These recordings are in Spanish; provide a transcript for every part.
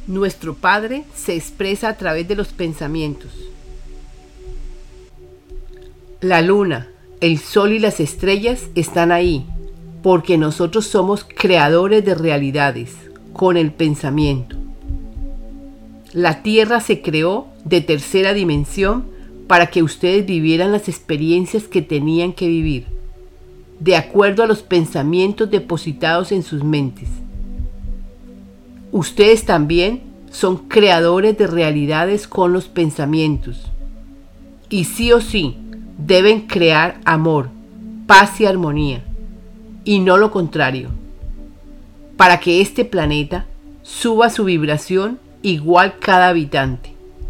Nuestro Padre se expresa a través de los pensamientos. La luna, el sol y las estrellas están ahí, porque nosotros somos creadores de realidades, con el pensamiento. La Tierra se creó de tercera dimensión para que ustedes vivieran las experiencias que tenían que vivir, de acuerdo a los pensamientos depositados en sus mentes. Ustedes también son creadores de realidades con los pensamientos. Y sí o sí, deben crear amor, paz y armonía, y no lo contrario, para que este planeta suba su vibración igual cada habitante.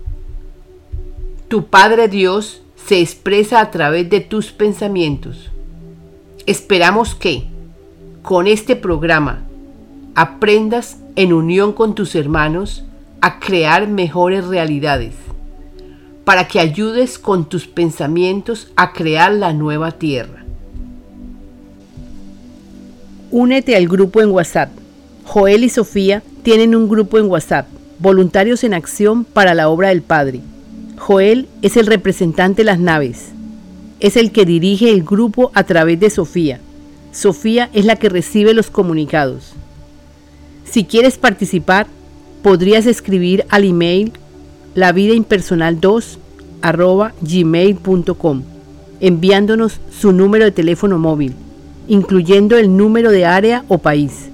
Tu Padre Dios se expresa a través de tus pensamientos. Esperamos que, con este programa, aprendas en unión con tus hermanos a crear mejores realidades, para que ayudes con tus pensamientos a crear la nueva Tierra. Únete al grupo en WhatsApp. Joel y Sofía tienen un grupo en WhatsApp, Voluntarios en Acción para la Obra del Padre. Joel es el representante de las naves. Es el que dirige el grupo a través de Sofía. Sofía es la que recibe los comunicados. Si quieres participar, podrías escribir al email lavidaimpersonal2@gmail.com enviándonos su número de teléfono móvil, incluyendo el número de área o país.